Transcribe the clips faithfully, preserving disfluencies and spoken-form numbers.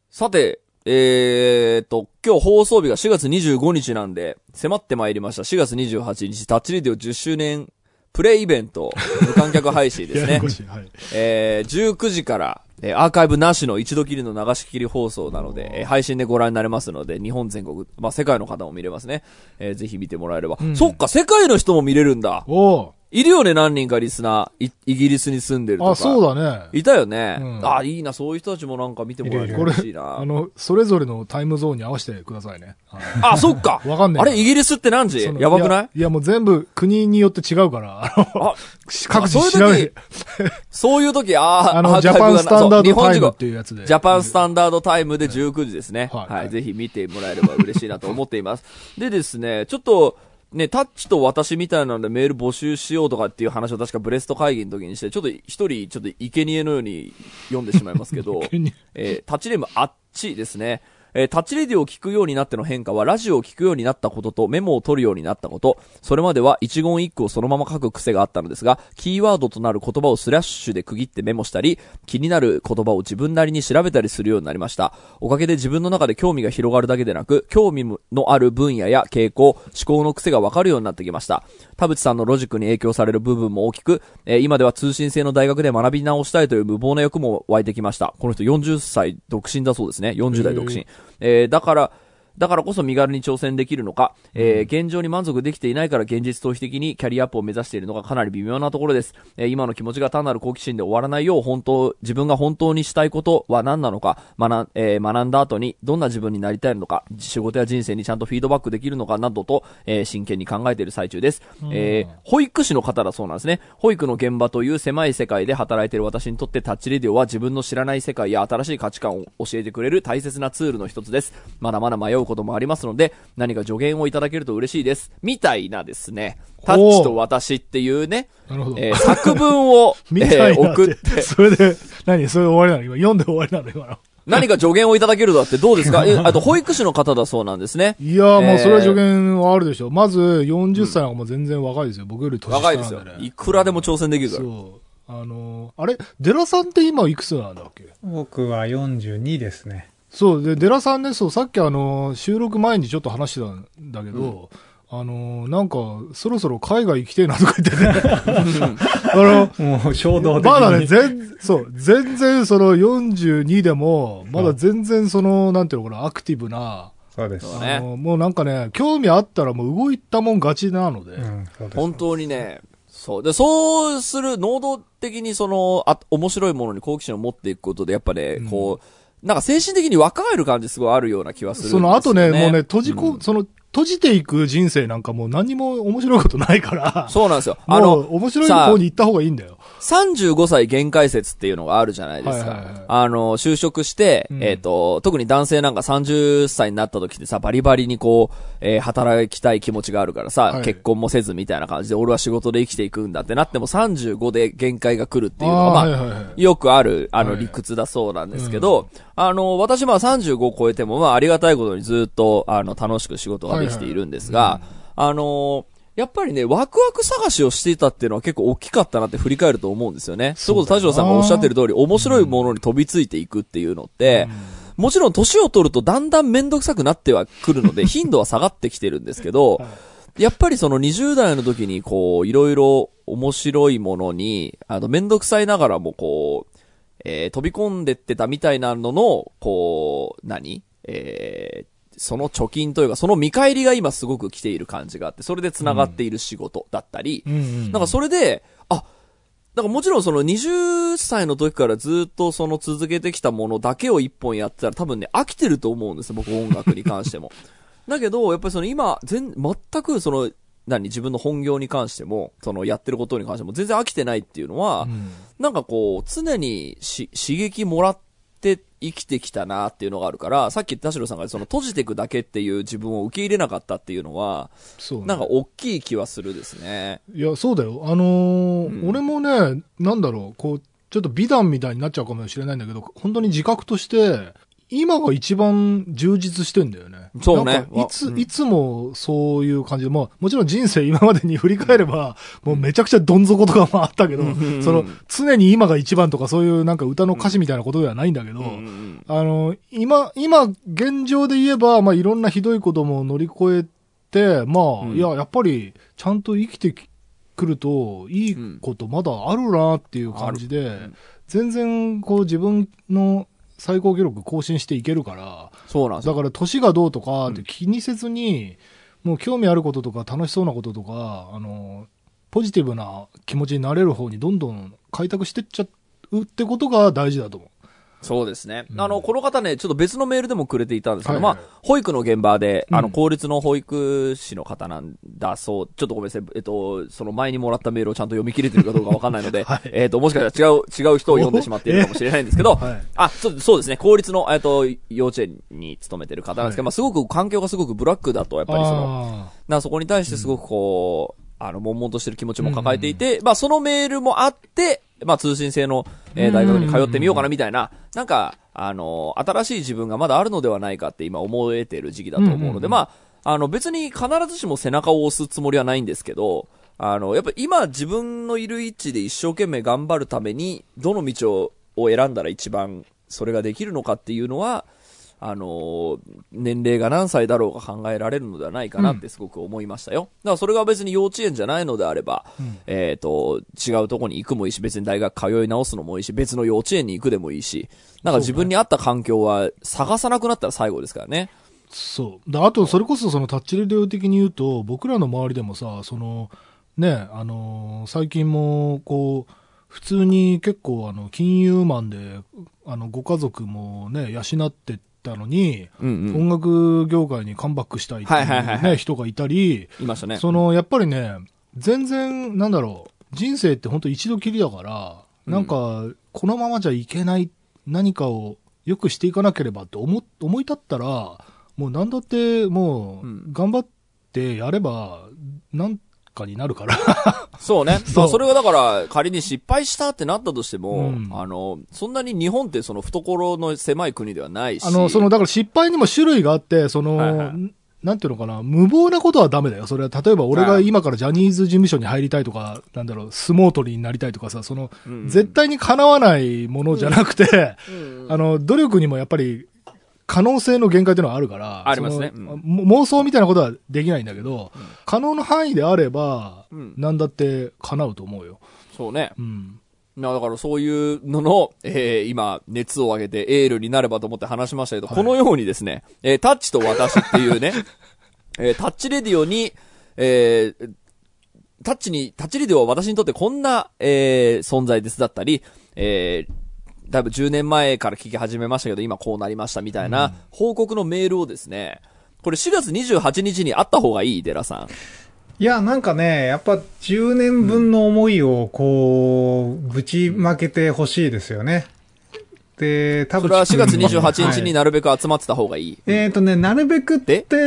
さて、えーっと、今日放送日がしがつにじゅうごにちなんで、迫ってまいりましたしがつにじゅうはちにち、タッチレディオじゅっしゅうねんプレイイベント、無観客配信ですね。はい、えー、じゅうくじから、えー、アーカイブなしの一度きりの流し切り放送なので、えー、配信でご覧になれますので、日本全国、まあ、世界の方も見れますね。えー、ぜひ見てもらえれば、うん。そっか、世界の人も見れるんだ。 おいるよね、何人かリスナー。イギリスに住んでるとか。 あ、そうだね。 いたよね。うん、あ、いいな、そういう人たちもなんか見てもらえると嬉しいな。 あの、それぞれのタイムゾーンに合わせてくださいね。 あ、そっか。 わかんない。 あれ、イギリスって何時やばくない？ いや、もう全部国によって違うから、あの、あ各自調べて。 そういう時、ああの、ジャパンスタンダードタイムっていうやつで。 ジャパンスタンダードタイムでじゅうくじですね。はい。はいはい、ぜひ見てもらえれば嬉しいなと思っています。でですね、ちょっと、ね、タッチと私みたいなのでメール募集しようとかっていう話を確かブレスト会議の時にして、ちょっと一人、ちょっと生贄のように読んでしまいますけど、えー、タッチネームあっちですね。えー、タッチレディを聞くようになっての変化は、ラジオを聞くようになったこととメモを取るようになったこと、それまでは一言一句をそのまま書く癖があったのですが、キーワードとなる言葉をスラッシュで区切ってメモしたり、気になる言葉を自分なりに調べたりするようになりました。おかげで自分の中で興味が広がるだけでなく、興味のある分野や傾向、思考の癖がわかるようになってきました。田淵さんのロジックに影響される部分も大きく、えー、今では通信制の大学で学び直したいという無謀な欲も湧いてきました。この人よんじゅっさい独身だそうですね。よんじゅうだい独身。えー、だから、だからこそ身軽に挑戦できるのか、えー、現状に満足できていないから現実逃避的にキャリアアップを目指しているのがかなり微妙なところです。えー、今の気持ちが単なる好奇心で終わらないよう、本当、自分が本当にしたいことは何なのか、学、えー、学んだ後にどんな自分になりたいのか、仕事や人生にちゃんとフィードバックできるのかなどと、えー、真剣に考えている最中です。えー、保育士の方だそうなんですね。保育の現場という狭い世界で働いている私にとってタッチレディオは自分の知らない世界や新しい価値観を教えてくれる大切なツールの一つです。まだまだ迷うこともありますので、何か助言をいただけると嬉しいです。みたいなですね。タッチと私っていうね、えー、作文を、えー、送って。 それで、何それ終わりなの今読んで終わりなの今の。 何か助言をいただけるだってどうですかえ、あと保育士の方だそうなんですね。 いやー、えー、もうそれは助言はあるでしょ。まずよんじゅっさいなんかも全然若いですよ。僕より年下なんで、ね。若いですよ。 いくらでも挑戦できるから。そう。 あのー、あれデラさんって今いくつなんだっけ？ 僕はよんじゅうにですね。 そう。で、デラさんね、そう、さっきあのー、収録前にちょっと話してたんだけど、うん、あのー、なんか、そろそろ海外行きてえなとか言ってね。 あの、もう衝動的に。 まだね、全、そう、全然そのよんじゅうにでも、まだ全然その、なんていうのかな、アクティブな、 そうですあの、もうなんかね、興味あったらもう動いたもん勝ちなので。うん、 そうです本当にね、そう。で、そうする、能動的にその、あ、面白いものに好奇心を持っていくことで、やっぱね、うん、こう、なんか精神的に若返る感じすごいあるような気はするんですよね。 その後ね、もうね、閉じこ、うん、その、閉じていく人生なんかもう何にも面白いことないから。 そうなんですよ。 あの、面白い方に行った方がいいんだよ。 さんじゅうごさい限界説っていうのがあるじゃないですか。はいはいはい、あの、就職して、うん、えっと、特に男性なんかさんじゅっさいになった時ってさ、バリバリにこう、えー、働きたい気持ちがあるからさ、はい、結婚もせずみたいな感じで、俺は仕事で生きていくんだってなってもさんじゅうごで限界が来るっていうのが、まあ、はいはいはい、よくある、あの、理屈だそうなんですけど、はいうん、あの、私まあさんじゅうごを超えても、まあありがたいことにずっと、あの、楽しく仕事ができているんですが、はいはいうん、あの、やっぱりね、ワクワク探しをしていたっていうのは結構大きかったなって振り返ると思うんですよね。そういうこと田代さんがおっしゃってる通り、面白いものに飛びついていくっていうのって、うん、もちろん年を取るとだんだんめんどくさくなってはくるので、頻度は下がってきてるんですけど、やっぱりそのにじゅう代の時にこう、いろいろ面白いものに、あの、めんどくさいながらもこう、えー、飛び込んでってたみたいなのの、こう、何えー、その貯金というか、その見返りが今すごく来ている感じがあって、それで繋がっている仕事だったり、うんうんうん、なんかそれで、あ、だからもちろんそのにじゅっさいの時からずっとその続けてきたものだけを一本やってたら多分ね、飽きてると思うんですよ、僕音楽に関しても。だけど、やっぱりその今、全、全くその、何、自分の本業に関しても、そのやってることに関しても全然飽きてないっていうのは、うん、なんかこう、常にし刺激もらって生きてきたなっていうのがあるから、さっき田代さんがその閉じていくだけっていう自分を受け入れなかったっていうのは、そうね、なんか大きい気はするですね。 いや、そうだよ。あのーうん、俺もね、なんだろう、こう、ちょっと美談みたいになっちゃうかもしれないんだけど、本当に自覚として、今が一番充実してんだよね。 そうね。 いつ、いつもそういう感じで、もう、もちろん人生今までに振り返れば、もうめちゃくちゃどん底とかもあったけど、その、常に今が一番とかそういうなんか歌の歌詞みたいなことではないんだけど、あの、今、今、現状で言えば、まあいろんなひどいことも乗り越えて、まあ、いや、やっぱり、ちゃんと生きてくると、いいことまだあるなっていう感じで、全然、こう自分の、最高記録更新していけるから。 そうなんですよ。 だから年がどうとかって気にせずに、うん、もう興味あることとか楽しそうなこととか、あの、ポジティブな気持ちになれる方にどんどん開拓してっちゃうってことが大事だと思う。 そうですね。うん、あの、この方ね、ちょっと別のメールでもくれていたんですけど、はいはい、まあ、保育の現場で、あの、公立の保育士の方なんだそう、うん、ちょっとごめんなさい、えっと、その前にもらったメールをちゃんと読み切れてるかどうかわかんないので、はい、えっと、もしかしたら違う、違う人を読んでしまっているかもしれないんですけど、はい、あ、そう、そうですね、公立の、えっと、幼稚園に勤めてる方なんですけど、はい、まあ、すごく環境がすごくブラックだと、やっぱりその、なそこに対してすごくこう、うん、あの、悶々としてる気持ちも抱えていて、うん、まあ、そのメールもあって、まあ、通信制の、えー、大学に通ってみようかなみたいな、なんか、あの、新しい自分がまだあるのではないかって今思えてる時期だと思うので、うんうんうん、まあ、あの別に必ずしも背中を押すつもりはないんですけど、あの、やっぱ今自分のいる位置で一生懸命頑張るために、どの道を選んだら一番それができるのかっていうのは、あの、年齢が何歳だろうか考えられるのではないかなってすごく思いましたよ。うん、だからそれが別に幼稚園じゃないのであれば、うん、えっと、違うとこに行くもいいし、別に大学通い直すのもいいし、別の幼稚園に行くでもいいし、なんか自分に合った環境は探さなくなったら最後ですからね。 そう。だあと、それこそそのタッチレディオ的に言うと、僕らの周りでもさ、その、ね、あのー、最近も、こう、普通に結構、あの、金融マンで、あの、ご家族もね、養ってたのに、うんうん、音楽業界にカムバックしたいっていうね、はいはいはいはい、人がいたり、 いましたね。 その、やっぱりね、全然、なんだろう、人生って本当一度きりだから、うん、なんか、このままじゃいけない、何かを良くしていかなければって思、思い立ったら、もうなんだって、もう、頑張ってやれば、なんかになるから。 そうね。そう。それがだから、仮に失敗したってなったとしても、うん、あの、そんなに日本ってその懐の狭い国ではないし。 あの、その、だから失敗にも種類があって、その、はいはい、なんていうのかな、無謀なことはダメだよ。それは、例えば俺が今からジャニーズ事務所に入りたいとか、なんだろう、相撲取りになりたいとかさ、その、うん、絶対に叶わないものじゃなくて、うんうん、あの、努力にもやっぱり、可能性の限界っていうのはあるから、 ありますね。うん、 妄想みたいなことはできないんだけど、うん、可能な範囲であれば、うん、なんだって叶うと思うよ。 そうね。うん。だからそういうのの、えー、今、熱を上げてエールになればと思って話しましたけど、はい、このようにですね、えー、タッチと私っていうね、えー、タッチレディオに、えー、タッチに、タッチレディオは私にとってこんな、えー、存在ですだったり、えー、だいぶじゅうねんまえから聞き始めましたけど、今こうなりましたみたいな報告のメールをですね、これしがつにじゅうはちにちにあった方がいい、デラさん。 いや、なんかね、やっぱじゅうねんぶんの思いをこう、ぶちまけてほしいですよね。で、多分。 それはしがつにじゅうはちにちになるべく集まってた方がいい。 はい、えっとね、なるべくって、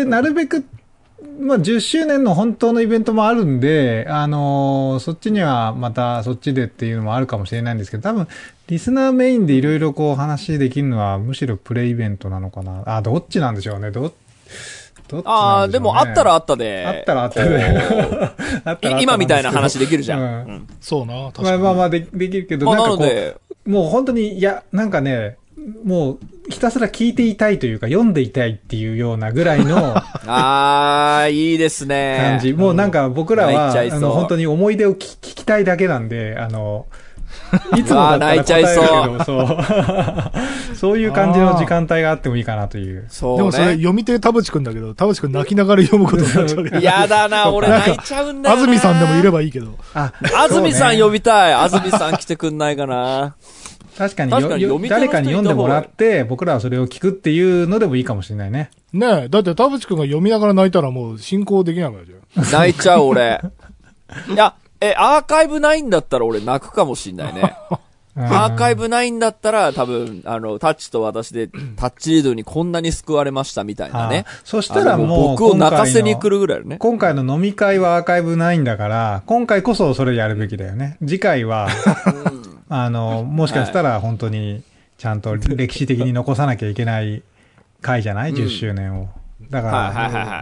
なるべくまあ、じゅっしゅうねんの本当のイベントもあるんで、あのー、そっちにはまたそっちでっていうのもあるかもしれないんですけど、多分、リスナーメインでいろいろこう話できるのはむしろプレイベントなのかな。あ、どっちなんでしょうね。ど、どっちなんでしょうね。 ああ、でもあったらあったで。 あったらあったで。あったらあった今みたいな話できるじゃん。うんうん、そうな、確かに。 まあまあまあで、できるけど、なんかこう、もう本当に、いや、なんかね、もう、ひたすら聞いていたいというか、読んでいたいっていうようなぐらいの。 あー、いいですね。 感じ。もうなんか僕らは、あの、本当に思い出を聞きたいだけなんで、あの、いつもだったら答えるけど、そう。そういう感じの時間帯があってもいいかなという。 そうね。でもそれ読み手田淵くんだけど、田淵くん泣きながら読むことになっちゃうけど。 やだな、俺泣いちゃうんだよな。 安住さんでもいればいいけど。 あ、安住さん呼びたい。安住さん来てくんないかな。 確かに確かに誰かに読んでもらって、僕らはそれを聞くっていうのでもいいかもしれないね。 ねえ、だって田淵くんが読みながら泣いたらもう進行できなくなっちゃう。泣いちゃう俺。いや、え、アーカイブないんだったら俺泣くかもしんないね。アーカイブないんだったら多分、あの、タッチと私でタッチリードにこんなに救われましたみたいなね。 そしたらもう、 僕を泣かせに来るぐらいね。 今回の飲み会はアーカイブないんだから、今回こそそれやるべきだよね。次回は、あの、もしかしたら本当にちゃんと歴史的に残さなきゃいけない回じゃない、はい、?じゅっしゅうねんを。 だから、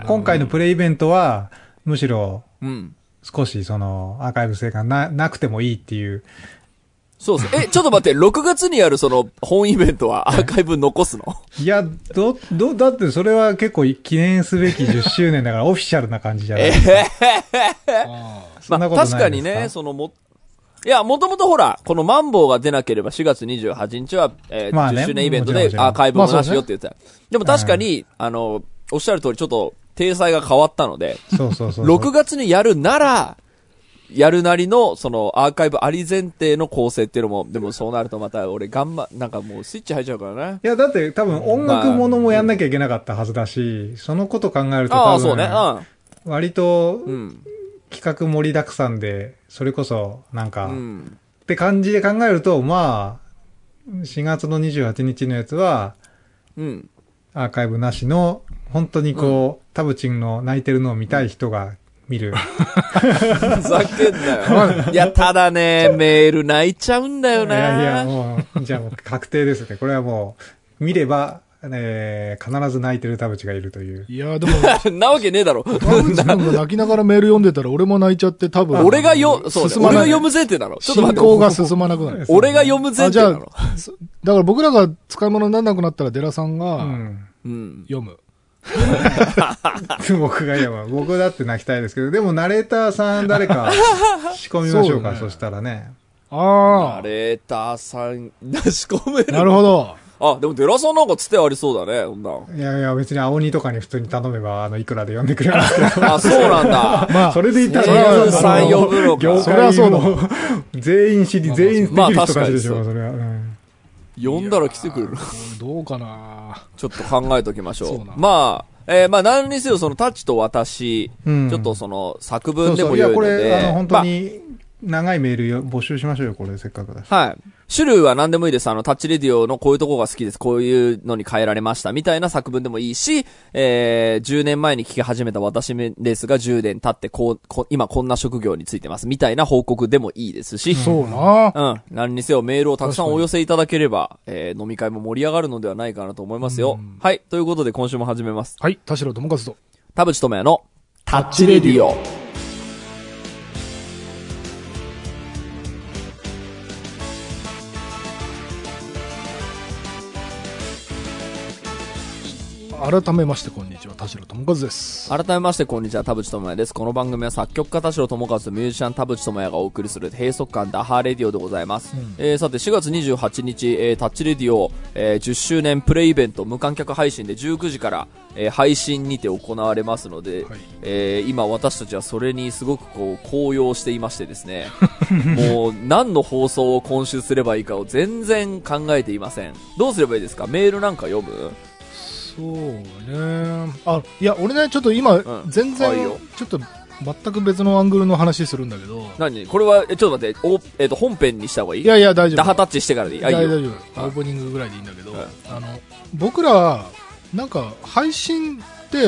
今回のプレイイベントは、むしろ、少しその、アーカイブ性がな、なくてもいいっていう。 そうです。え、ちょっと待って、ろくがつにやるその、本イベントはアーカイブ残すの？ いや、ど、ど、だってそれは結構記念すべきじゅっしゅうねんだからオフィシャルな感じじゃないですか。えー、そんなことないですか？まあ、確かにね、そのも、いや、もともとほら、このマンボウが出なければしがつにじゅうはちにちは、えーまあね、じゅっしゅうねんイベントでアーカイブもなしよって言ってた。まあね、でも確かに、うん、あの、おっしゃる通りちょっと、体裁が変わったので、 そうそうそうそう。 ろくがつにやるなら、やるなりの、その、アーカイブあり前提の構成っていうのも、でもそうなるとまた俺頑張、なんかもうスイッチ入っちゃうからね。 いや、だって多分音楽ものもやんなきゃいけなかったはずだし、そのこと考えると多分、あ、そうね、うん、割と、企画盛りだくさんで、それこそ、なんか、うん、って感じで考えると、まあ、しがつのにじゅうはちにちのやつは、うん、アーカイブなしの、本当にこう、うん、タブチンの泣いてるのを見たい人が見る。 ふざけんなよ。いや、ただね、メール泣いちゃうんだよな。 いやいや、もう、じゃあもう確定ですね。これはもう、見れば、えー、必ず泣いてる田淵がいるという。 いや、でも。 なわけねえだろ。 田淵さんが泣きながらメール読んでたら俺も泣いちゃって多分。 俺がよ、そう、俺が読むぜってなの。 ちょっと待って。進行が進まなくなる。 俺が読むぜってなの。だから僕らが使い物にならなくなったらデラさんが、うん、読む。 僕が読む。僕だって泣きたいですけど、でもナレーターさん誰か仕込みましょうか、そ, ね、そしたらね。 ああ。ナレーターさん、仕込める。 なるほど。 あ、でもデラさんなんかつてありそうだね、ほんな。 いやいや、別に青鬼とかに普通に頼めば、あの、いくらで呼んでくれますけど。 あ、そうなんだ。 まあ、それで言ったら、 デラさん呼ぶのか。 業界の全員知り、全員できる人たちでしょ、それは。 呼んだら来てくれる。 どうかなちょっと考えときましょう。まあ、えー、まあ何にせよそのタッチと私、うん、ちょっとその作文でも言うので。 そうそう、いやこれ、あの、本当に長いメール募集しましょうよ、これ、せっかくだし。 はい。種類は何でもいいです。あの、タッチレディオのこういうとこが好きです。こういうのに変えられました。みたいな作文でもいいし、えー、じゅうねんまえに聞き始めた私ですが、じゅうねん経ってこう、こ今こんな職業についてます。みたいな報告でもいいですし。 そうな。 うん。何にせよメールをたくさんお寄せいただければ、えー、飲み会も盛り上がるのではないかなと思いますよ。はい。ということで今週も始めます。 はい。田代智和と田淵智也のタッチレディオ。 改めましてこんにちは、田代智和です。 改めましてこんにちは、田淵智也です。この番組は作曲家田代智和とミュージシャン田淵智也がお送りする閉塞感ダハーレディオでございます。うん、えー、さてしがつにじゅうはちにち、えー、タッチレディオ、えー、じゅっしゅうねんプレイイベント無観客配信でじゅうくじから、えー、配信にて行われますので、はい、えー、今私たちはそれにすごくこう高揚していましてですねもう何の放送を今週すればいいかを全然考えていません。どうすればいいですか？メールなんか読む？ そうね。あ、いや、俺ね、ちょっと今、うん、全然、ちょっと、全く別のアングルの話するんだけど。 何これは、え、ちょっと待って、お、えっと、本編にした方がいい？ いやいや、大丈夫。 ダハタッチしてからでいい？ 大丈夫。オープニングぐらいでいいんだけど、あの、僕ら、なんか、配信って、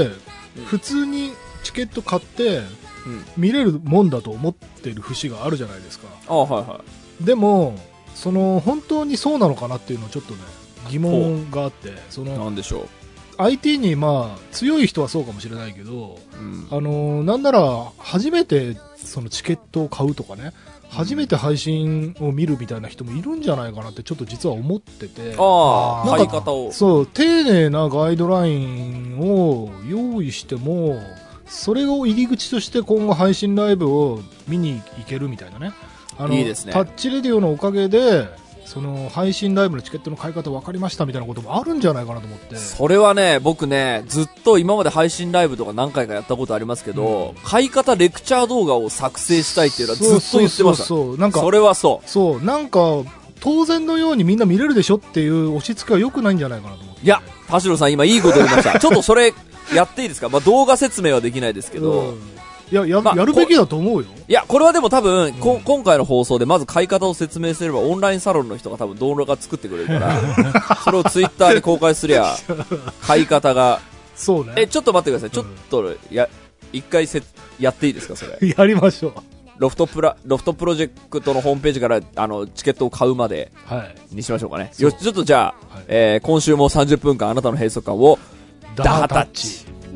普通にチケット買って、見れるもんだと思ってる節があるじゃないですか。 あ、はいはい。 でも、その、本当にそうなのかなっていうのはちょっとね、疑問があって、その、 なんでしょう。 アイティー にまあ強い人はそうかもしれないけど、うん、あのなんなら初めてそのチケットを買うとかね、初めて配信を見るみたいな人もいるんじゃないかなってちょっと実は思ってて、 ああ、買い方をそう丁寧なガイドラインを用意してもそれを入り口として今後配信ライブを見に行けるみたいなね、あのいいですね。 タッチレディオのおかげでその配信ライブのチケットの買い方分かりましたみたいなこともあるんじゃないかなと思って。 それはね、僕ねずっと今まで配信ライブとか何回かやったことありますけど、うん、買い方レクチャー動画を作成したいっていうのはずっと言ってました。 そうそうそう、なんかそれはそうそうなんか当然のようにみんな見れるでしょっていう押し付けは良くないんじゃないかなと思って。 いや、田代さん今いいこと言いましたちょっとそれやっていいですか？まあ動画説明はできないですけど、うん、 いや や,、まあ、やるべきだと思うよ。 いや、これはでも多分、うん、こ今回の放送でまず買い方を説明すればオンラインサロンの人が多分動画作ってくれるからそれをツイッターに公開すりゃ買い方がそうね。 え、ちょっと待ってください。ちょっとや一回せやっていいですか？それやりましょう。 ロフトプラロフトプロジェクトのホームページからあのチケットを買うまでにしましょうかね。はい、よし、ちょっとじゃあ、はい、えー、今週もさんじゅっぷんかんあなたの閉塞感をダハタッチ。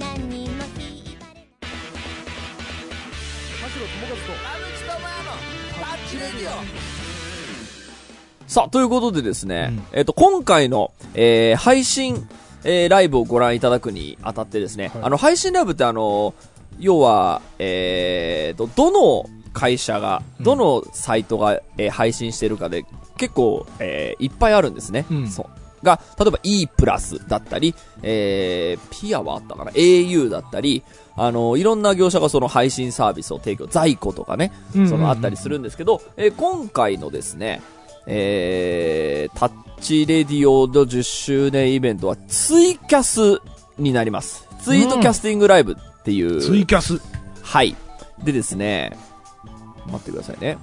さあ、ということでですね、 うん、 えっと、今回の、えー、配信、えー、ライブをご覧いただくにあたってですね、はい、あの、配信ライブってあの、要は、えーと、どの会社が、どのサイトが、えー、配信してるかで、結構、えー、いっぱいあるんですね。うん、そう。が、例えば E プラスだったり、えー、ピアはあったかな ?エーユー だったり、あの、いろんな業者がその配信サービスを提供、在庫とかね、うんうんうん、そのあったりするんですけど、えー、今回のですね、えー、タッチレディオのじゅっしゅうねんイベントはツイキャスになります。ツイートキャスティングライブっていう。 うん、ツイキャス。 はい。でですね、待ってくださいね。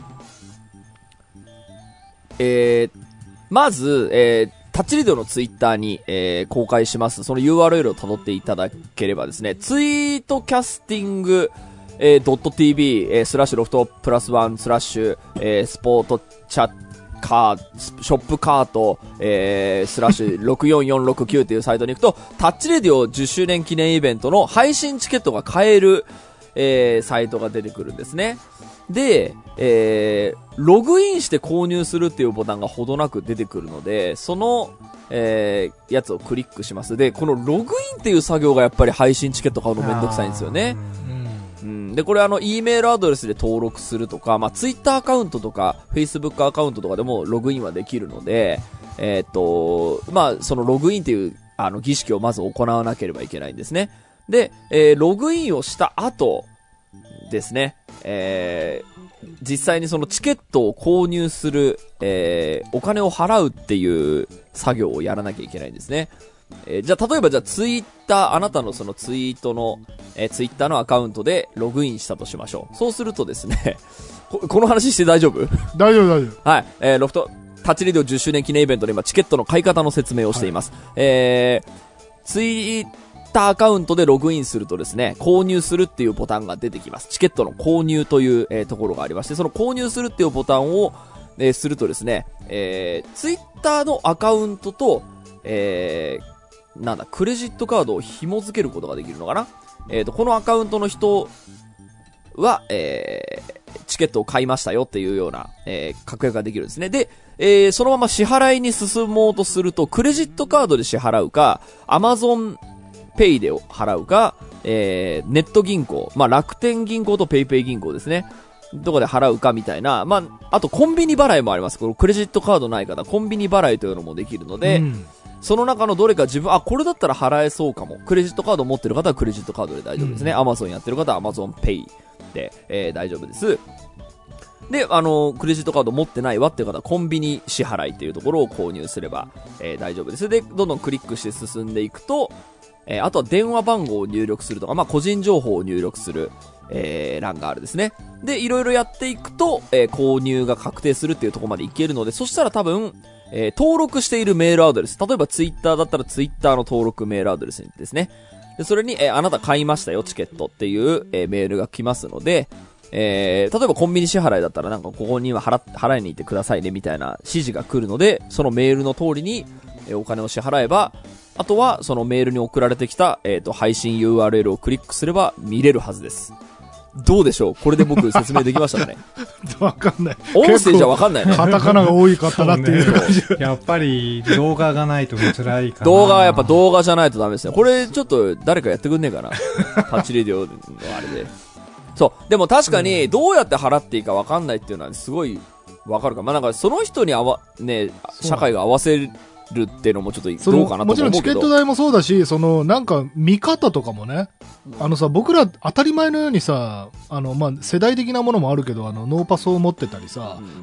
えー、まず、えー、タッチレディオのツイッターに、えー、公開します。その ユーアールエル を辿っていただければですね、ツイートキャスティング、えー、.tv、えー、スラッシュロフトプラスワンスラッシュ、えー、スポートチャット、カーショップカート、えー、スラッシュろくよんよんろくきゅうっていうサイトに行くと、タッチレディオじゅっしゅうねん記念イベントの配信チケットが買える、えー、サイトが出てくるんですね。で、えー、ログインして購入するっていうボタンがほどなく出てくるので、その、えー、やつをクリックします。で、このログインっていう作業がやっぱり配信チケット買うのめんどくさいんですよね。うん、で、これあの、E メールアドレスで登録するとか、まあ、Twitter アカウントとか、Facebook アカウントとかでもログインはできるので、えー、っと、まあ、そのログインっていう、あの、儀式をまず行わなければいけないんですね。で、えー、ログインをした後ですね、えー、実際にそのチケットを購入する、えー、お金を払うっていう作業をやらなきゃいけないんですね。えー、じゃあ例えばじゃあツイッター、あなたのそのツイートの、えー、ツイッターのアカウントでログインしたとしましょう。そうするとですね、こ, この話して大丈夫？ 大丈夫大丈夫。 はい。えー、ロフト、タッチレディオじゅっしゅうねん記念イベントで今チケットの買い方の説明をしています。はい、えー、ツイッターアカウントでログインするとですね、購入するっていうボタンが出てきます。チケットの購入という、えー、ところがありまして、その購入するっていうボタンを、えー、するとですね、えー、ツイッターのアカウントと、えー、なんだ、クレジットカードを紐付けることができるのかな。えっと、このアカウントの人は、えー、チケットを買いましたよっていうような、えー、確約ができるんですね。で、えー、そのまま支払いに進もうとすると、クレジットカードで支払うか、Amazon Pay で払うか、えー、ネット銀行、まあ、楽天銀行と PayPay 銀行ですね。どこで払うかみたいな、まあ、あとコンビニ払いもあります。このクレジットカードない方、コンビニ払いというのもできるので、うん、その中のどれか自分、あ、これだったら払えそうかも。クレジットカード持ってる方はクレジットカードで大丈夫ですね。アマゾンやってる方は Amazon Pay で、えー、大丈夫です。で、あの、クレジットカード持ってないわっていう方はコンビニ支払いっていうところを購入すれば、えー、大丈夫です。で、どんどんクリックして進んでいくと、えー、あとは電話番号を入力するとか、まあ、個人情報を入力する、えー、欄があるですね。で、いろいろやっていくと、えー、購入が確定するっていうところまでいけるので、そしたら多分、えー、登録しているメールアドレス、例えばツイッターだったらツイッターの登録メールアドレスですね。で、それに、えー、あなた買いましたよ、チケットっていう、えー、メールが来ますので、えー、例えばコンビニ支払いだったらなんかここには払、払いに行ってくださいねみたいな指示が来るので、そのメールの通りに、えー、お金を支払えば、あとはそのメールに送られてきた、えっと、配信 ユーアールエル をクリックすれば見れるはずです。どうでしょう？これで僕説明できましたかね？ わかんない。 音声じゃわかんないね。 カタカナが多いかったなっていう感じ。 やっぱり動画がないと辛いかな。 動画はやっぱ動画じゃないとダメですね。これちょっと誰かやってくんねえかな。タッチレディオのあれで。そう。でも確かにどうやって払っていいかわかんないっていうのはすごいわかるか。まあなんかその人に合わ、ね、社会が合わせるっていうのもちょっとどうかなと思うけど。 もちろんチケット代もそうだし、そのなんか見方とかもね、あのさ、僕ら当たり前のようにさ、あのまあ世代的なものもあるけど、あのノーパスを持ってたりさ、うん、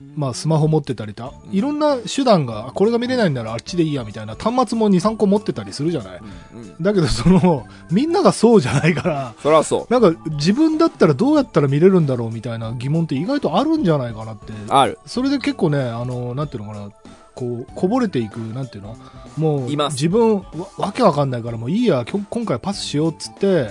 まあスマホ持ってたりと、いろんな手段がこれが見れないんならあっちでいいやみたいな端末もに、さんこ持ってたりするじゃない。うんうん、だけどそのみんながそうじゃないから、 そりゃそう。 なんか自分だったらどうやったら見れるんだろうみたいな疑問って意外とあるんじゃないかなって。 ある。 それで結構ね、あのなんていうのかな。こうこぼれていく、なんていうの、もう自分 わ, わけわかんないからもういいや、今回パスしようっつって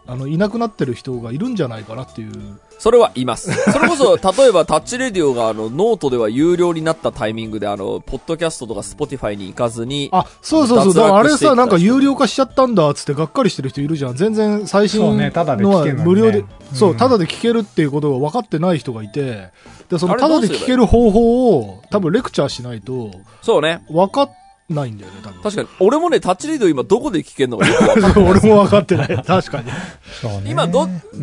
あの、いなくなってる人がいるんじゃないかなっていう。 それはいます。それこそ、例えばタッチレディオがあの、ノートでは有料になったタイミングであの、ポッドキャストとかスポティファイに行かずに。 あ、そうそうそう。だからあれさ、なんか有料化しちゃったんだっつってがっかりしてる人いるじゃん。全然最新のは無料で、そう、ただで聞けるっていうことが分かってない人がいて、で、そのただで聞ける方法を多分レクチャーしないと、 そうね。 分かってないんだよね、多分。 確かに。俺もね、タッチレディオ今どこで聞けるのかよく分かってない。 俺も分かってない。確かに。 そうね。今ど、うん。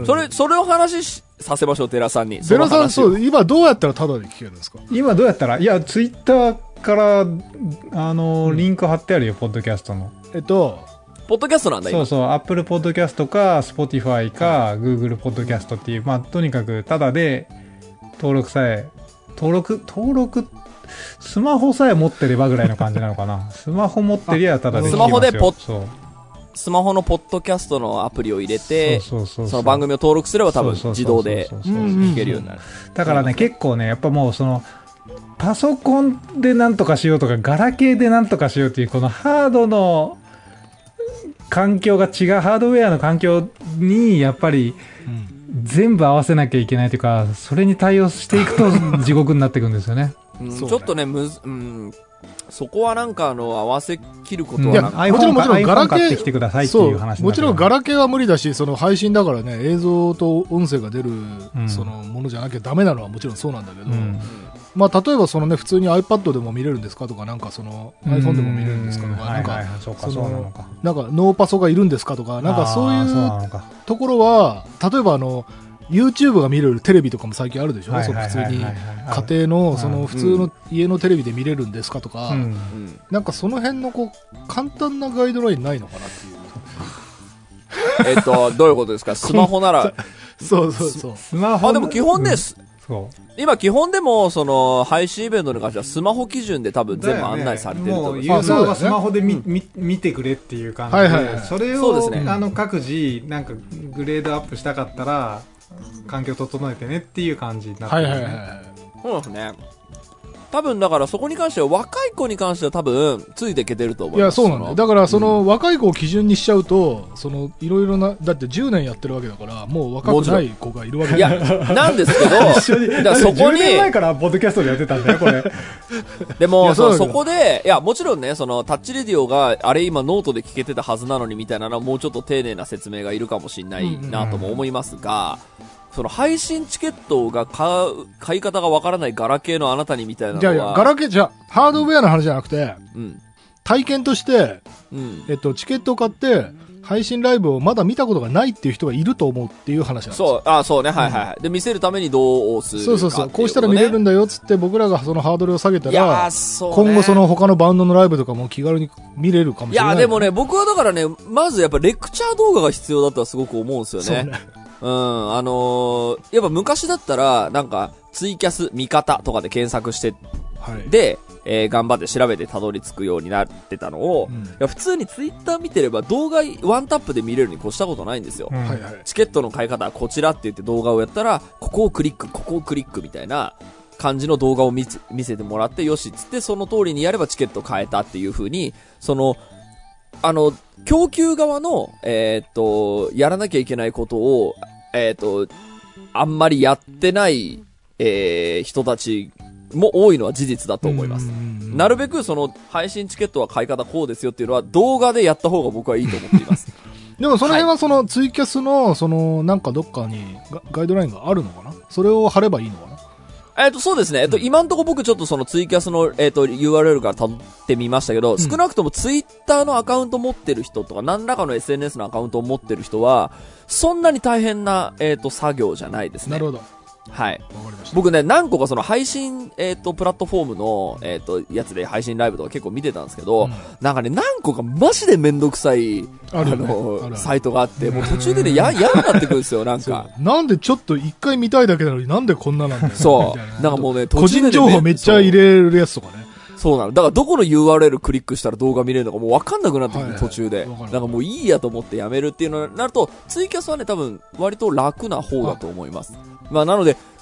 それ、それを話しさせましょう、寺さんに。 寺さん、そう、今どうやったらタダで聞けるんですか？ 今どうやったらいや、ツイッターから、あの、リンク貼ってあるよ、ポッドキャストの。 えっと、 ポッドキャストなんだ、 今。そうそう、Apple Podcast か、Spotify か、Google Podcast っていう、まあ、とにかく、タダで、登録さえ、登録、登録、スマホさえ持ってればぐらいの感じなのかな。スマホ持ってりゃただできますよ。 スマホでポッ、スマホのポッドキャストのアプリを入れて、その番組を登録すれば多分自動で聞けるようになる。 だからね、結構ね、やっぱもうその、パソコンでなんとかしようとか、ガラケーでなんとかしようっていう、このハードの環境が違う、ハードウェアの環境に、やっぱり、全部合わせなきゃいけないというか、それに対応していくと地獄になっていくんですよね。 うん、ちょっとね、むず、うん、そこはなんかあの、合わせ切ることはなんか、 うん、もちろんもちろんガラケー買ってきてくださいっていう話。 もちろんガラケーは無理だし、その配信だからね、映像と音声が出る、うん、そのものじゃなきゃダメなのはもちろんそうなんだけど、うん、まあ例えばそのね、普通に iPad でも見れるんですかとか、なんかその iPhone でも見れるんですかとか、なんか、なんかノーパソがいるんですかとか、なんかそういうところは、例えばあの、YouTube が見れるテレビとかも最近あるでしょ、その普通に家庭のその普通の家のテレビで見れるんですかとか、うん、なんかその辺のこう簡単なガイドラインないのかなっていう。 えっとどういうことですか？スマホならそうそうそう。 スマホあでも基本です。うん、今基本でもその配信イベントに関してはスマホ基準で多分全部案内されてると思う。 ね、もうユーザーはスマホで見、うん、見てくれっていう感じで、はいはいはい、それをそうです、ね、あの各自なんかグレードアップしたかったら環境整えてねっていう感じになってる、ね。はいはいはい。 そうですね。多分だからそこに関しては若い子に関しては多分ついていけてると思います。 いやそうなんだよ。だからその若い子を基準にしちゃうと、そのいろいろなだってじゅうねんやってるわけだからもう若くない子がいるわけだから。 いやなんですけど、一緒にだからそこにじゅうねんまえからポッドキャストでやってたんだよこれ。 でもそそこでいやもちろんねそのタッチレディオがあれ今ノートで聞けてたはずなのにみたいなのはもうちょっと丁寧な説明がいるかもしれないなとも思いますが。うんうんその配信チケットが買う、買い方がわからないガラケーのあなたにみたいなのは。 じゃあいや、ガラケー、じゃあ、ハードウェアの話じゃなくて、うん、体験として、うん、えっと、チケットを買って、配信ライブをまだ見たことがないっていう人がいると思うっていう話なんです。 そう、あそうね、はいはい、うん。で、見せるためにどうするか、ね。そうそうそう。 こうしたら見れるんだよっつって僕らがそのハードルを下げたら、そうね、今後その他のバンドのライブとかも気軽に見れるかもしれない。いや、 でもね、僕はだからね、まずやっぱレクチャー動画が必要だとはすごく思うんですよね。そうね。うん、あのー、やっぱ昔だったら、なんか、ツイキャス見方とかで検索して、はい、で、えー、頑張って調べてたどり着くようになってたのを、うん、いや普通にツイッター見てれば動画ワンタップで見れるに越したことないんですよ。うん、チケットの買い方はこちらって言って動画をやったら、ここをクリック、ここをクリックみたいな感じの動画を見見せてもらって、よしっつってその通りにやればチケット買えたっていう風に、その、あの、供給側の、えー、っと、やらなきゃいけないことを、えー、っと、あんまりやってない、えー、人たちも多いのは事実だと思います。なるべくその配信チケットは買い方こうですよっていうのは動画でやった方が僕はいいと思っています。 でもその辺はそのツイキャスのそのなんかどっかにガイドラインがあるのかな？それを貼ればいいのかな？ えっと、そうですね。えっと、今んとこ僕ちょっとそのツイキャスの、えっと、ユーアールエル から辿ってみましたけど、うん、少なくともツイッターのアカウント持ってる人とか、何らかの エスエヌエス のアカウントを持ってる人は、そんなに大変な、えっと、作業じゃないですね。 なるほど。 はい。僕ね、何個かその配信、えっと、プラットフォームの、えっと、やつで配信ライブとか結構見てたんですけど、うん、なんかね、何個かマジでめんどくさい、あ, ね、あの、あるサイトがあって、もう途中でね、や、嫌になってくるんですよ、なんか。 なんでちょっと一回見たいだけなのになんでこんななんだよ。 そう。なんかもうね、 途中で、ね、個人情報めっちゃ入れるやつとかね。 そうなの。だからどこの ユーアールエル クリックしたら動画見れるのかもう分かんなくなってくる、はいはい、途中で。なんかもういいやと思ってやめるっていうのになると、ツイキャスはね、多分割と楽な方だと思います。まあなので、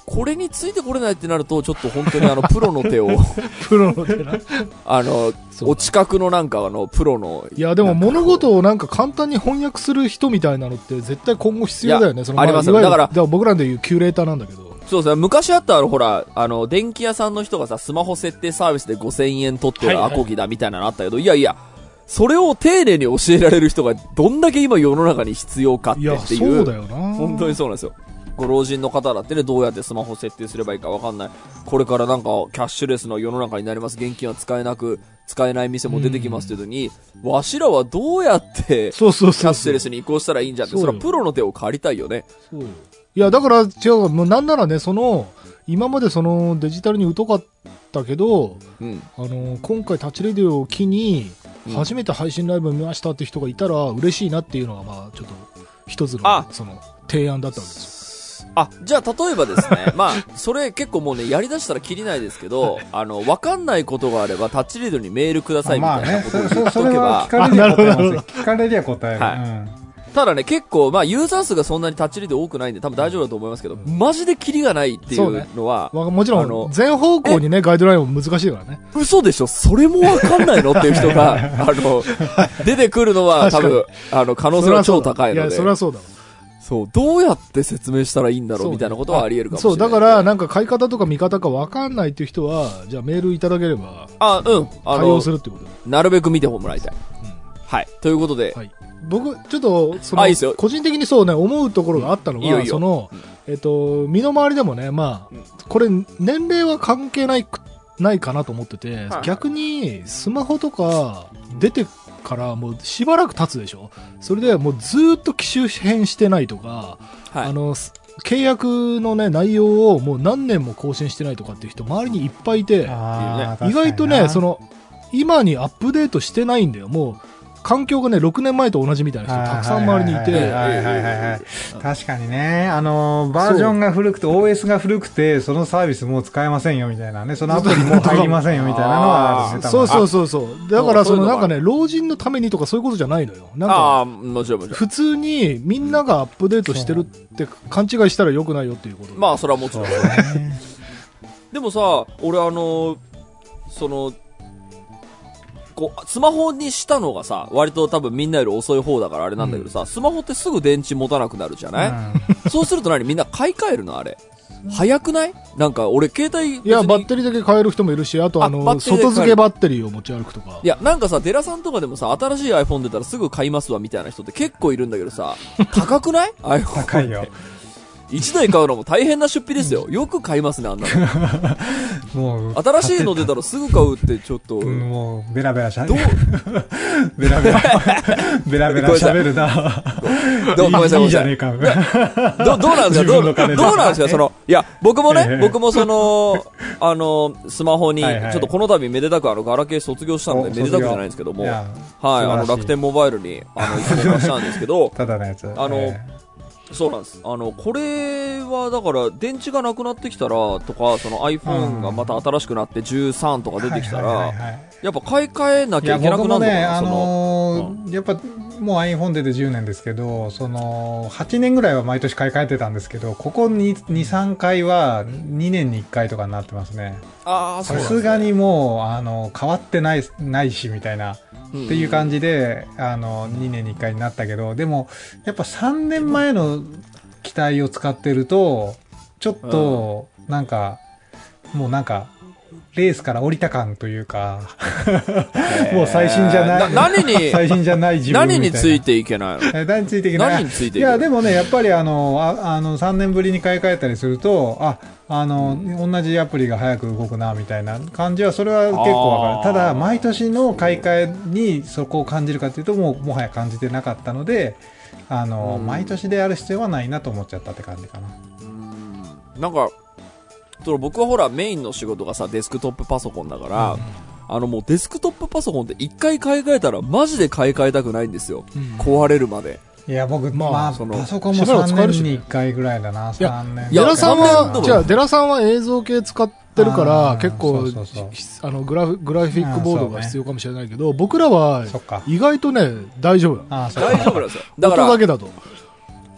これについてこれないってなると、ちょっと本当にあの、プロの手を。 プロの手な。 あの、お近くのなんかあの、プロの。 いや、でも物事をなんか簡単に翻訳する人みたいなのって絶対今後必要だよね。そのありますよ。だから、だから僕らでいうキュレーターなんだけど。 そうですね。昔あったあの、ほら、あの、電気屋さんの人がさ、スマホ設定サービスでごせんえん取ってるアコギだみたいなのあったけど、はいはい、いやいや、それを丁寧に教えられる人がどんだけ今世の中に必要かってっていう。いや、そうだよな。本当にそうなんですよ。ご老人の方だってね、どうやってスマホ設定すればいいかわかんない。これからなんか、キャッシュレスの世の中になります。現金は使えなく、使えない店も出てきますけどに、わしらはどうやって、キャッシュレスに移行したらいいんじゃって、それはプロの手を借りたいよね。そういや、だから、違う、もうなんならね、その、今までそのデジタルに疎かったけど、うん、あの、今回タッチレディオを機に、初めて配信ライブを見ましたって人がいたら嬉しいなっていうのが、まあ、ちょっと、一つの、その、提案だったわけですよ。 あ、じゃあ、例えばですね、まあ、それ結構もうね、やりだしたらきりないですけど、あの、わかんないことがあれば、タッチレディオにメールくださいみたいなことを言っとけば。まあね、それは聞かれりゃ答えますよ。聞かれりゃ答える。はい。うんただね、結構、まあ、ユーザー数がそんなにタッチレディ多くないんで、多分大丈夫だと思いますけど、マジでキリがないっていうのは。 ね、もちろん、全方向にね、ガイドラインも難しいからね。 嘘でしょそれもわかんないのっていう人が、あの、出てくるのは多分、あの、可能性は超高いので。 いや、それはそうだ。 そう、どうやって説明したらいいんだろうみたいなことはあり得るかもしれない。 そう、だから、なんか買い方とか見方かわかんないっていう人は、じゃあメールいただければ、 あ、うん。 あの、対応するってこと。 なるべく見てもらいたい。うん、はい。ということで、はい僕、ちょっと、その、個人的にそうね、思うところがあったのが、うん、いいよいいよその、えっと、身の回りでもね、まあ、うん、これ、年齢は関係ない、ないかなと思ってて、はい、逆に、スマホとか、出てからもうしばらく経つでしょそれでもうずーっと機種変してないとか、はい、あの、契約のね、内容をもう何年も更新してないとかっていう人、周りにいっぱいいて、意外とね、その、今にアップデートしてないんだよ、もう、環境がね、ろくねんまえと同じみたいな人たくさん周りにいて。 確かにね、あの、バージョンが古くて、オーエス が古くて、そのサービスもう使えませんよみたいなね、そのアプリもう入りませんよみたいなのはあるね。 そうそうそうそう。だからそのなんかね、老人のためにとかそういうことじゃないのよ。なんか、普通にみんながアップデートしてるって勘違いしたら良くないよっていうこと。 まあ、それはもちろん。でもさ、俺あの、その、こうスマホにしたのがさ、割と多分みんなより遅い方だからあれなんだけどさ、うん、スマホってすぐ電池持たなくなるじゃない、うん、そうすると何みんな買い替えるのあれ。早くないなんか俺携帯いやバッテリーだけ変える人もいるし、あとあの外付けバッテリーを持ち歩くとか。 いやなんかさデラさんとかでもさ新しい iPhone 出たらすぐ買いますわみたいな人って結構いるんだけどさ高くない iPhone 高いよ。 一台買うのも大変な出費ですよ。よく買いますね、あんなの。もう、新しいの出たらすぐ買うってちょっと。 もう、ベラベラしゃべる。ベラベラ、ベラベラしゃべるな。 どう、ごめんなさい、 いいじゃねえか。 ど、どうなんですかどう、どうなんですかその、いや、僕もね、僕もその、あの、スマホに、ちょっとこの度めでたくあの、ガラケー卒業したので、めでたくじゃないんですけども、はい、あの、楽天モバイルに、あの、一緒にしたんですけど、 ただのやつ。 あの、そうなんです。あの、これはだから、電池がなくなってきたら、とか、その iPhone がまた新しくなってじゅうさんとか出てきたら、やっぱ買い替えなきゃいけなくなるのかな、 ね、あのーうん、やっぱ、もう iPhone 出てじゅうねんですけど、その、はちねんぐらいは毎年買い替えてたんですけど、ここに、に、さんかいはにねんにいっかいとかになってますね。 ああ、そうですね。 さすがにもう、あの、変わってない、ないし、みたいな。っていう感じで、あの、にねんにいっかいになったけど、でも、やっぱさんねんまえの機体を使ってると、ちょっと、なんか、もうなんか、レースから降りた感というか、もう最新じゃない。 な何に、 最新じゃない自分みたいな。 何についていけないの？ 何についていけない。 何についていけない。 いや、でもね、やっぱりあの、あ, あの、さんねんぶりに買い替えたりすると、あ、あの、同じアプリが早く動くな、みたいな感じは、それは結構わかる。ただ、毎年の買い替えにそこを感じるかというと、もう、もはや感じてなかったので、あの、毎年でやる必要はないなと思っちゃったって感じかな。 うん。なんか、その僕はほらメインの仕事がさデスクトップパソコンだから、うん、あのもうデスクトップパソコンって一回買い替えたらマジで買い替えたくないんですよ、うん、壊れるまで。 いや僕、まあ、まあ、そのパソコンもさんねんにいっかいぐらいだな。さんねん。 デラさんはじゃあデラさんは映像系使ってるから結構そうそうそうあのグラフグラフィックボードが必要かもしれないけど、ね、僕らは意外とね大丈夫だ。 大丈夫なんですよ。だから音だけだと。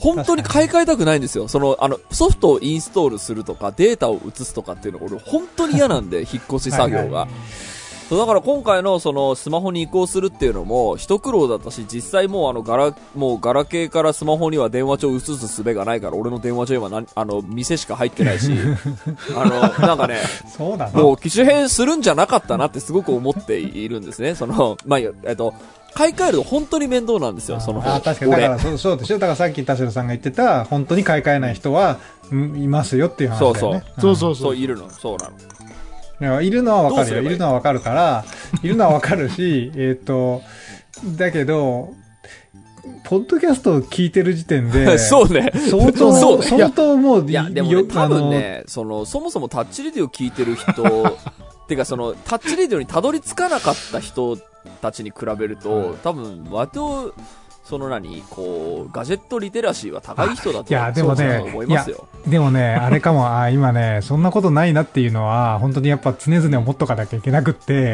本当に買い替えたくないんですよ。その、あの、ソフトをインストールするとか、データを移すとかっていうのが俺本当に嫌なんで、引っ越し作業が。はいはい、そうだから今回のそのスマホに移行するっていうのも一苦労だったし、実際もうあのガラ、もうガラケーからスマホには電話帳を移す術がないから、俺の電話帳今なあの、店しか入ってないし、あの、なんかね、 そうだな。 もう機種変するんじゃなかったなってすごく思っているんですね。その、まあ、えっと、買い替えると本当に面倒なんですよ、その。 あ、確かに。だからそう、そうでしょ。だからさっき田代さんが言ってた、本当に買い替えない人は、いますよっていう話だよね。 そうそう。 うん、 そうそうそう。いるの。そうなの。 いるのはわかるよ。いるのはわかるから、いるのはわかるし、えっと、だけど、ポッドキャストを聞いてる時点で、 そうね。 相当、そうね、相当もう、 いや、でもね、多分ね、その、そもそもタッチレディを聞いてる人、てかその、タッチレディにたどり着かなかった人たちに比べると、多分、割と、その何こう、ガジェットリテラシーは高い人だといやでもね思いますよ。 でもね、あれかも、あ今ね、そんなことないなっていうのは、本当にやっぱ常々思っとかなきゃいけなくって、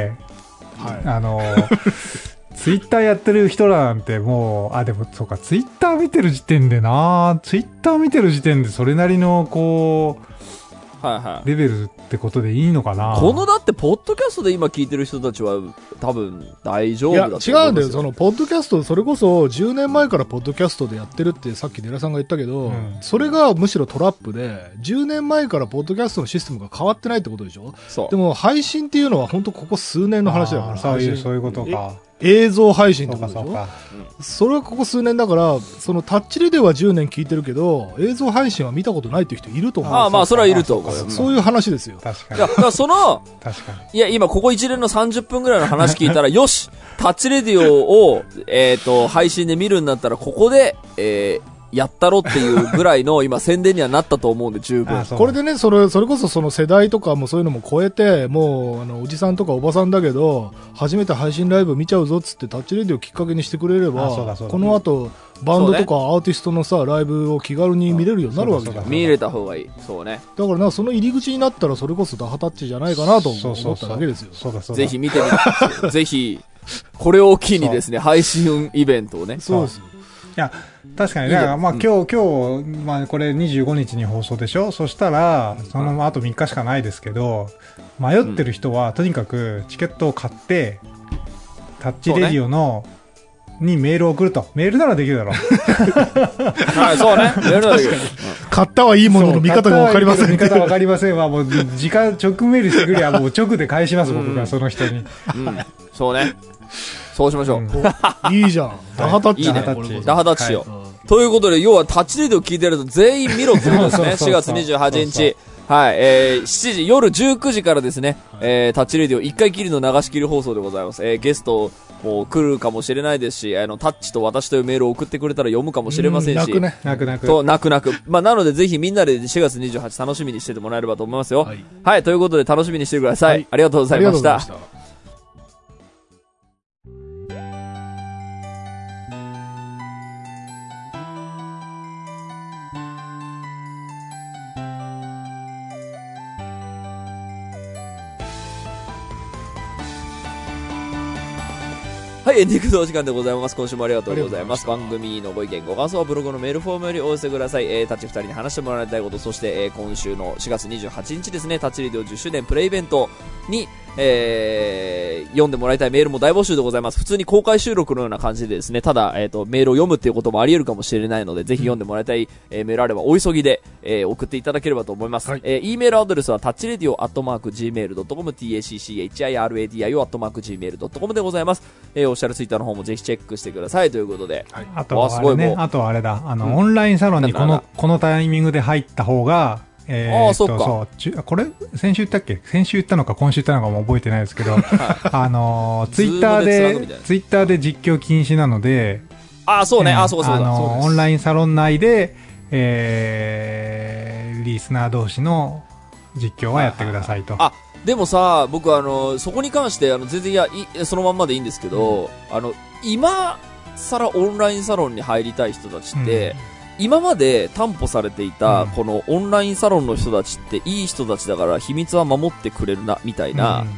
はい、あの、ツイッターやってる人らなんてもう、あ、でもそうか、ツイッター見てる時点でな、ツイッター見てる時点でそれなりの、こう、はいはい、レベルってことでいいのかな。 このだってポッドキャストで今聞いてる人たちは多分大丈夫だと思うんですよ。 いや違うんだよ。そのポッドキャスト、それこそじゅうねんまえからポッドキャストでやってるってさっきデラさんが言ったけど、うん、それがむしろトラップで、じゅうねんまえからポッドキャストのシステムが変わってないってことでしょ。そう。でも配信っていうのは本当ここ数年の話だから。 そういうそういうことか。 映像配信とかでしょ。 そ, うそれはここ数年だから、そのタッチレディはじゅうねん聞いてるけど映像配信は見たことないっていう人いると思う。 ああ、まあそれはいると思う。 そういう話ですよ。 確かに。 いやだからその確かに。 いや今ここ一連のさんじゅっぷんぐらいの話聞いたらよしタッチレディオをえっ、ー、と配信で見るんだったらここでえーやったろっていうぐらいの今宣伝にはなったと思うんで十分。 これでね、それ、それこそその世代とかもそういうのも超えて、もうあのおじさんとかおばさんだけど、初めて配信ライブ見ちゃうぞっつってタッチレディをきっかけにしてくれれば、この後バンドとかアーティストのさ、ライブを気軽に見れるようになるわけじゃん。 見れた方がいい。そうね。 だからな、その入り口になったらそれこそダハタッチじゃないかなと思っただけですよ。 そうそうそうそうぜひ見てみて。ぜひ、これを機にですね、配信イベントをね。 そうです。 いや確かに、だからまあ今日、うん、今日、まあこれにじゅうごにちに放送でしょ。そしたら、そのあとみっかしかないですけど、迷ってる人はとにかくチケットを買って、タッチレディオの、にメールを送ると。メールならできるだろう。 はい、そうね。メールならできる。 買ったはいいものの見方がわかりません。 見方わかりませんは、もう時間直メールしてくればもう直で返します、僕がその人に。 うん、そうね。そうしましょう。 うん、いいじゃん。ダハタッチ。 いいね。ダハタッチしよう。はい、ということで、要はタッチレディを聞いてると全員見ろってことですね。しがつにじゅうはちにち。はい。えー、しちじ、夜じゅうくじからですね、えー、タッチレディをいっかいきりの流し切り放送でございます。えー、ゲストも来るかもしれないですし、あの、タッチと私というメールを送ってくれたら読むかもしれませんし。泣くね。 泣く泣く。 と、泣く泣く。まあ、なのでぜひみんなでしがつにじゅうはち楽しみにしててもらえればと思いますよ。はい。はい。ということで楽しみにしてください。はい、ありがとうございました。はい、エンディングのお時間でございます。今週もありがとうございます。番組のご意見、ご感想はブログのメールフォームよりお寄せください。えー、タッチふたりに話してもらいたいこと、そして、えー、今週のしがつにじゅうはちにちですね、タッチレディオじゅっしゅうねんプレイイベントに、えー、読んでもらいたいメールも大募集でございます。普通に公開収録のような感じでですね、ただ、えっと、メールを読むっていうこともあり得るかもしれないので、ぜひ読んでもらいたい、えー、メールあればお急ぎで、えー、送っていただければと思います。はい、えー、E メールアドレスはタッチレディオアットマーク ジーメールドットコム、タッチレディオアットマーク ジーメールドットコム でございます。えー、オフィシャルツイッターの方もぜひチェックしてくださいということで。 はい、あとはあれね、あとはあれだ、あの、うん、オンラインサロンにこの、このタイミングで入った方が、えー、ああ、そっか。そう、これ、先週言ったっけ先週言ったのか今週言ったのかも覚えてないですけど、あのー、ツイッターで、ツイッターで実況禁止なので、 ああ、そうね、えー、ああ、そうそうそう。あのー、オンラインサロン内で、えー、リスナー同士の実況はやってくださいと。 あ、でもさ、僕あの、そこに関して、あの、全然いや、いそのまんまでいいんですけど、うん、あの、今更オンラインサロンに入りたい人たちって、うん、今まで担保されていたこのオンラインサロンの人たちっていい人たちだから秘密は守ってくれるなみたいな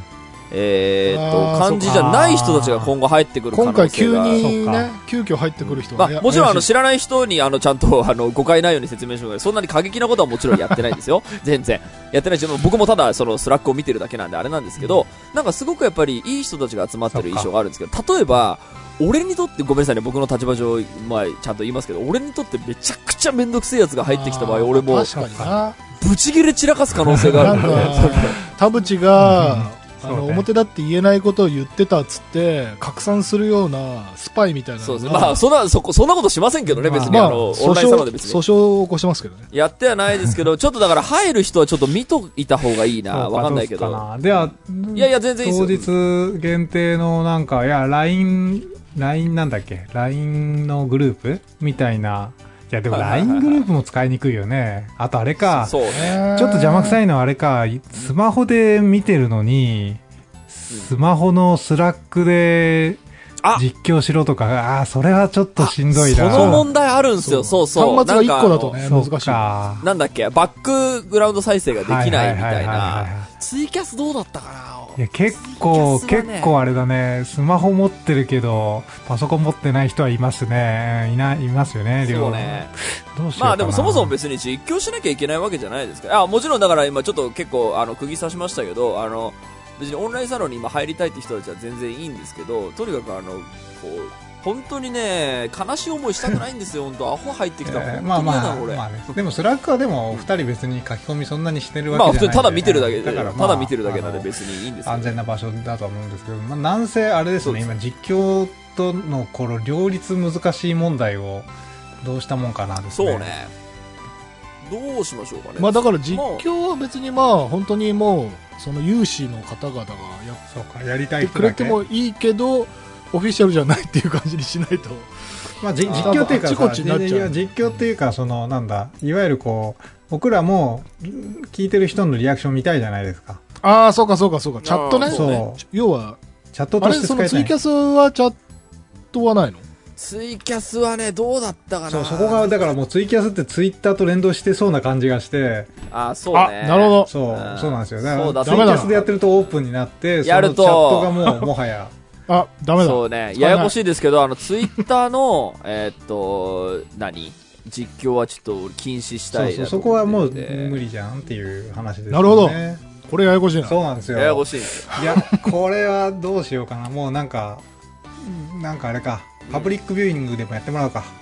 えー、っと、感じじゃない人たちが今後入ってくる可能性が。 今回急にね、急遽入ってくる人が。まあ、もちろんあの、知らない人にあの、ちゃんとあの、誤解ないように説明しますけど、そんなに過激なことはもちろんやってないんですよ。全然。やってないし、僕もただそのスラックを見てるだけなんであれなんですけど、なんかすごくやっぱりいい人たちが集まってる印象があるんですけど、例えば、俺にとってごめんなさいね、僕の立場上、まあ、ちゃんと言いますけど、俺にとってめちゃくちゃめんどくせえやつが入ってきた場合、俺も、 確かにな。 ブチギレ散らかす可能性があるんで。 田淵が、あの、ね、表だって言えないことを言ってたっつって拡散するようなスパイみたいなのが、 そうですね。まあそんなそこそんなことしませんけどね、別に、まあ、あのオンラインサロンで別に訴訟を起こしてますけどね。 やってはないですけど、ちょっとだから入る人はちょっと見といた方がいいな。わかんないけど。 では、 いやいや全然いいですよ。当日限定のなんかいや ライン ライン なんだっけ ライン のグループみたいな。いやでも ライン グループも使いにくいよね。あとあれか。 そうね。 ちょっと邪魔くさいのはあれか。スマホで見てるのに。スマホのスラックで実況しろとか、ああ、それはちょっとしんどいな。 その問題あるんですよ、そうそう。 端末がいっこだとね、難しい。 なんだっけ、バックグラウンド再生ができないみたいな。ツイキャスどうだったかな。 いや、結構、結構あれだね、スマホ持ってるけど、パソコン持ってない人はいますね。いない、いますよね、 そうね。 どうしようかな。 まあでもそもそも別に実況しなきゃいけないわけじゃないですから。あ、もちろんだから今ちょっと結構、あの、釘刺しましたけど、あの、別にオンラインサロンに今入りたいって人たちは全然いいんですけど、とにかくあの、こう、本当にね、悲しい思いしたくないんですよ、本当アホ入ってきたら、えー、本当に嫌だ、俺。 まあね、でもスラックはでも、二人別に書き込みそんなにしてるわけじゃないんで、ね。 まあ普通にただ見てるだけで、 だからまあ、 ただ見てるだけなんで別にいいんですけど。 安全な場所だとは思うんですけど、まあなんせあれですね、今実況との頃、両立難しい問題をどうしたもんかなですね。 そうね。どうしましょうかね。 まあだから実況は別にまあ本当にもう、その有志の方々がやそうかやりたいくれてもいいけどオフィシャルじゃないっていう感じにしないと、 まあ、実況っていうかさ、実況っていうかそのなんだいわゆるこう僕らも聞いてる人のリアクション見たいじゃないですか。 ああそうかそうかそうかチャットね。 そう要はチャットとして使いたい。 あれそのツイキャスはチャットはないの？ ツイキャスはねどうだったかな。 そうそこがだからもうツイキャスってツイッターと連動してそうな感じがして。 あそうね。 なるほど。 そうそうなんですよ。だからツイキャスでやってるとオープンになってやるとそのチャットがもうもはやあダメだ。 そうねややこしいですけどあのツイッターのえっと何実況はちょっと禁止したい。 そうそうそこはもう無理じゃんっていう話ですね。 なるほど。これややこしいな。 そうなんですよ。 ややこしいんですよ。 いやこれはどうしようかな。もうなんかなんかあれか。パブリックビューイングでもやってもらうか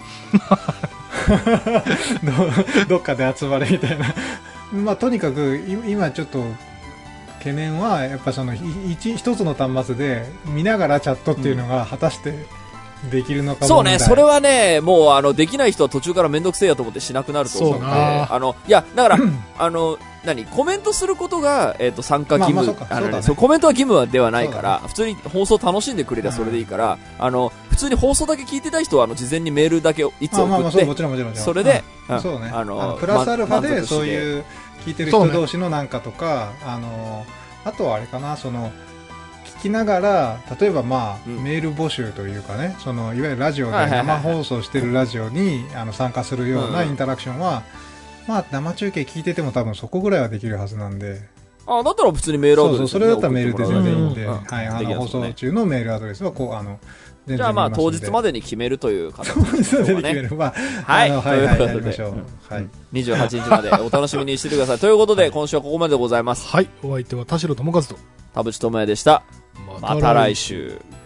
ど, どっかで集まれみたいなまあとにかく今ちょっと懸念はやっぱその一一つの端末で見ながらチャットっていうのが果たしてできるのかも、 そうねそれはねもうあのできない人は途中からめんどくせえやと思ってしなくなると思うのであのいやだからあの何コメントすることが、えー、と参加義務、まあまあそうか、ね、そうコメントは義務ではないから、ね、普通に放送楽しんでくれりゃそれでいいから、うん、あの普通に放送だけ聞いてた人はあの事前にメールだけいつ送ってそれで、 うん、そうねあのプラスアルファでそういう聞いてる人同士のなんかとか、ね、あのあとはあれかなその聞きながら例えばまあ、うん、メール募集というかねそのいわゆるラジオで生放送してるラジオにあの参加するようなインタラクションは、うん、まあ生中継聞いてても多分そこぐらいはできるはずなんであだったら普通にメールアドレス、ね、 そうそうそれだったらメールで全然いいんで、うんうんはい、あの放送中のメールアドレスはこうあのじゃあまあ当日までに決めるという形ですね。当日までに決める。まあ、 はい。 はい、はい、やりましょう。はい。 にじゅうはちにちまでお楽しみにしててください。ということで、今週はここまででございます。 はい。お相手は田代智和と田淵智也でした。また来週。